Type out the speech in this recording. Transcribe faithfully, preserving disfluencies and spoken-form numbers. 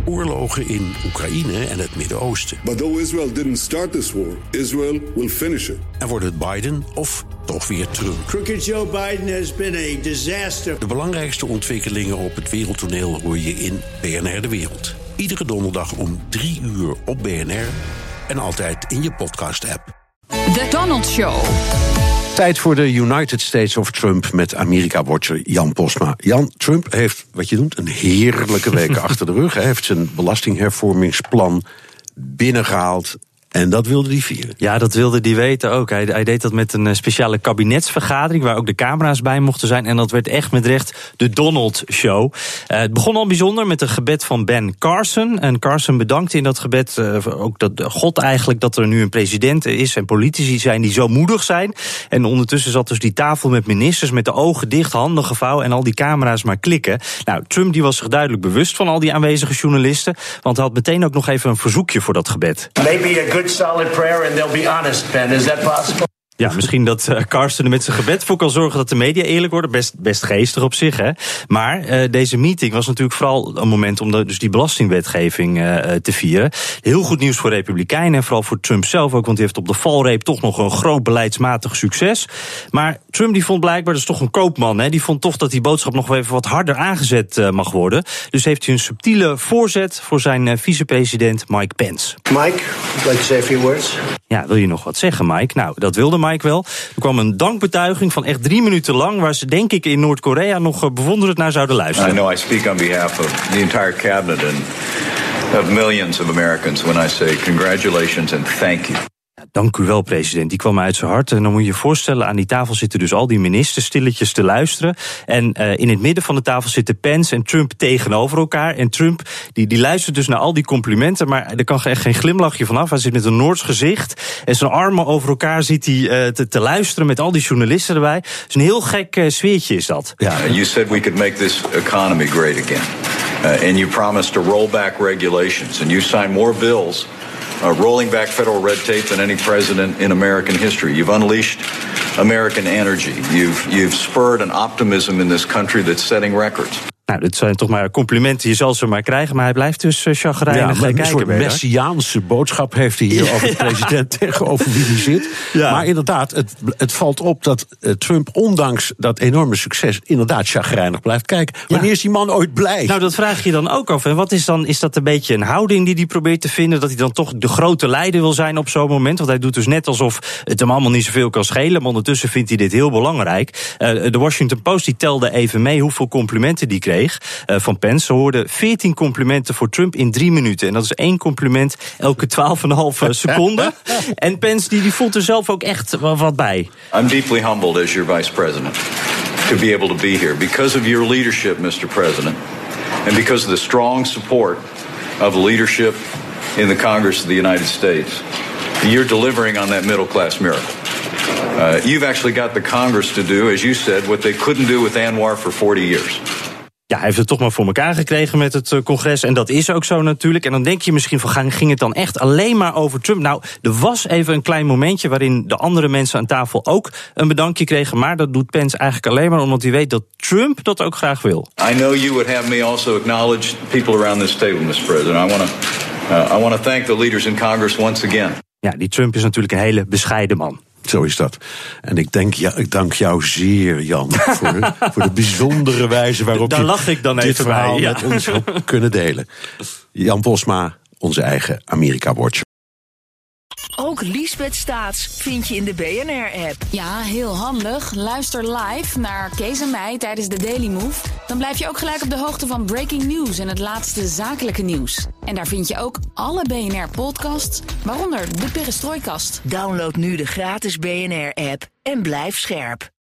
oorlogen in Oekraïne en het Midden-Oosten. But though Israel didn't start this war, Israel will finish it. En wordt het Biden of toch weer Trump? Crooked Joe Biden has been a disaster. De belangrijkste ontwikkelingen op het wereldtoneel hoor je in B N R De Wereld. Iedere donderdag om drie uur op B N R en altijd in je podcast-app. The Donald Show. Tijd voor de United States of Trump met Amerika-watcher Jan Posma. Jan, Trump heeft, wat je noemt, een heerlijke week achter de rug. Hij heeft zijn belastinghervormingsplan binnengehaald. En dat wilde hij vieren. Ja, dat wilde hij weten ook. Hij, hij deed dat met een speciale kabinetsvergadering waar ook de camera's bij mochten zijn. En dat werd echt met recht de Donald Show. Uh, het begon al bijzonder met een gebed van Ben Carson. En Carson bedankte in dat gebed uh, ook dat God eigenlijk dat er nu een president is en politici zijn die zo moedig zijn. En ondertussen zat dus die tafel met ministers met de ogen dicht, handen gevouwen en al die camera's maar klikken. Nou, Trump die was zich duidelijk bewust van al die aanwezige journalisten. Want hij had meteen ook nog even een verzoekje voor dat gebed. Maybe a good solid prayer and they'll be honest, Ben. Is that possible? Ja, misschien dat uh, Carson er met zijn gebed voor kan zorgen dat de media eerlijk worden. Best, best geestig op zich, hè. Maar uh, deze meeting was natuurlijk vooral een moment om de, dus die belastingwetgeving uh, te vieren. Heel goed nieuws voor Republikeinen en vooral voor Trump zelf ook, want hij heeft op de valreep toch nog een groot beleidsmatig succes. Maar Trump die vond blijkbaar, dat is toch een koopman, hè, die vond toch dat die boodschap nog wel even wat harder aangezet uh, mag worden. Dus heeft hij een subtiele voorzet voor zijn uh, vicepresident Mike Pence. Mike, I'd like to say a few words. Ja, wil je nog wat zeggen, Mike? Nou, dat wilde Mike. Mike wel. Er kwam een dankbetuiging van echt drie minuten lang, waar ze denk ik in Noord-Korea nog bewonderend naar zouden luisteren. I know I speak on behalf of the entire cabinet and of millions of Americans when I say congratulations and thank you. Dank u wel, president. Die kwam uit zijn hart. En dan moet je je voorstellen, aan die tafel zitten dus al die ministers stilletjes te luisteren. En uh, in het midden van de tafel zitten Pence en Trump tegenover elkaar. En Trump, die, die luistert dus naar al die complimenten, maar er kan echt geen glimlachje vanaf. Hij zit met een Noords gezicht en zijn armen over elkaar zit hij uh, te, te luisteren met al die journalisten erbij. Dus een heel gek uh, sfeertje is dat. Ja, you said we could make this economy great again. Uh, and you promised to roll back regulations. And you signed more bills Uh, rolling back federal red tape than any president in American history. You've unleashed American energy. You've, you've spurred an optimism in this country that's setting records. Nou, dit zijn toch maar complimenten, je zal ze maar krijgen, maar hij blijft dus uh, chagrijnig ja, kijken. Een soort messiaanse boodschap heeft hij hier ja, over de president ja. tegenover wie hij zit. Ja. Maar inderdaad, het, het valt op dat uh, Trump, ondanks dat enorme succes, inderdaad chagrijnig blijft kijken. Ja. Wanneer is die man ooit blij? Nou, dat vraag je dan ook af. En wat is dan, is dat een beetje een houding die hij probeert te vinden, dat hij dan toch de grote leider wil zijn op zo'n moment? Want hij doet dus net alsof het hem allemaal niet zoveel kan schelen, maar ondertussen vindt hij dit heel belangrijk. Uh, de Washington Post die telde even mee hoeveel complimenten die kreeg. Van Pence. Ze hoorden veertien complimenten voor Trump in drie minuten. En dat is één compliment elke twaalf en een half seconde. En Pence die, die voelt er zelf ook echt wat bij. I'm deeply humbled as your vice president to be able to be here. Because of your leadership, Mister President. And because of the strong support of the leadership in the Congress of the United States. You're delivering on that middle class miracle. Uh, you've actually got the Congress to do, as you said, what they couldn't do with Anwar for forty years. Ja, hij heeft het toch maar voor elkaar gekregen met het congres. En dat is ook zo natuurlijk. En dan denk je misschien van, ging het dan echt alleen maar over Trump? Nou, er was even een klein momentje waarin de andere mensen aan tafel ook een bedankje kregen. Maar dat doet Pence eigenlijk alleen maar omdat hij weet dat Trump dat ook graag wil. I know you would have me also acknowledge people around this table, Mister President. I want to uh, I want to thank the leaders in Congress once again. Ja, die Trump is natuurlijk een hele bescheiden man. Zo is dat. En ik, denk, ja, ik dank jou zeer, Jan, voor de, voor de bijzondere wijze waarop Daar je lach ik dan dit even verhaal bij, ja. met ons hebt kunnen delen. Jan Posma, onze eigen Amerika-watcher. Ook Liesbeth Staats vind je in de B N R-app. Ja, heel handig. Luister live naar Kees en mij tijdens de Daily Move. Dan blijf je ook gelijk op de hoogte van breaking news en het laatste zakelijke nieuws. En daar vind je ook alle B N R-podcasts, waaronder de Perestrooikast. Download nu de gratis B N R-app en blijf scherp.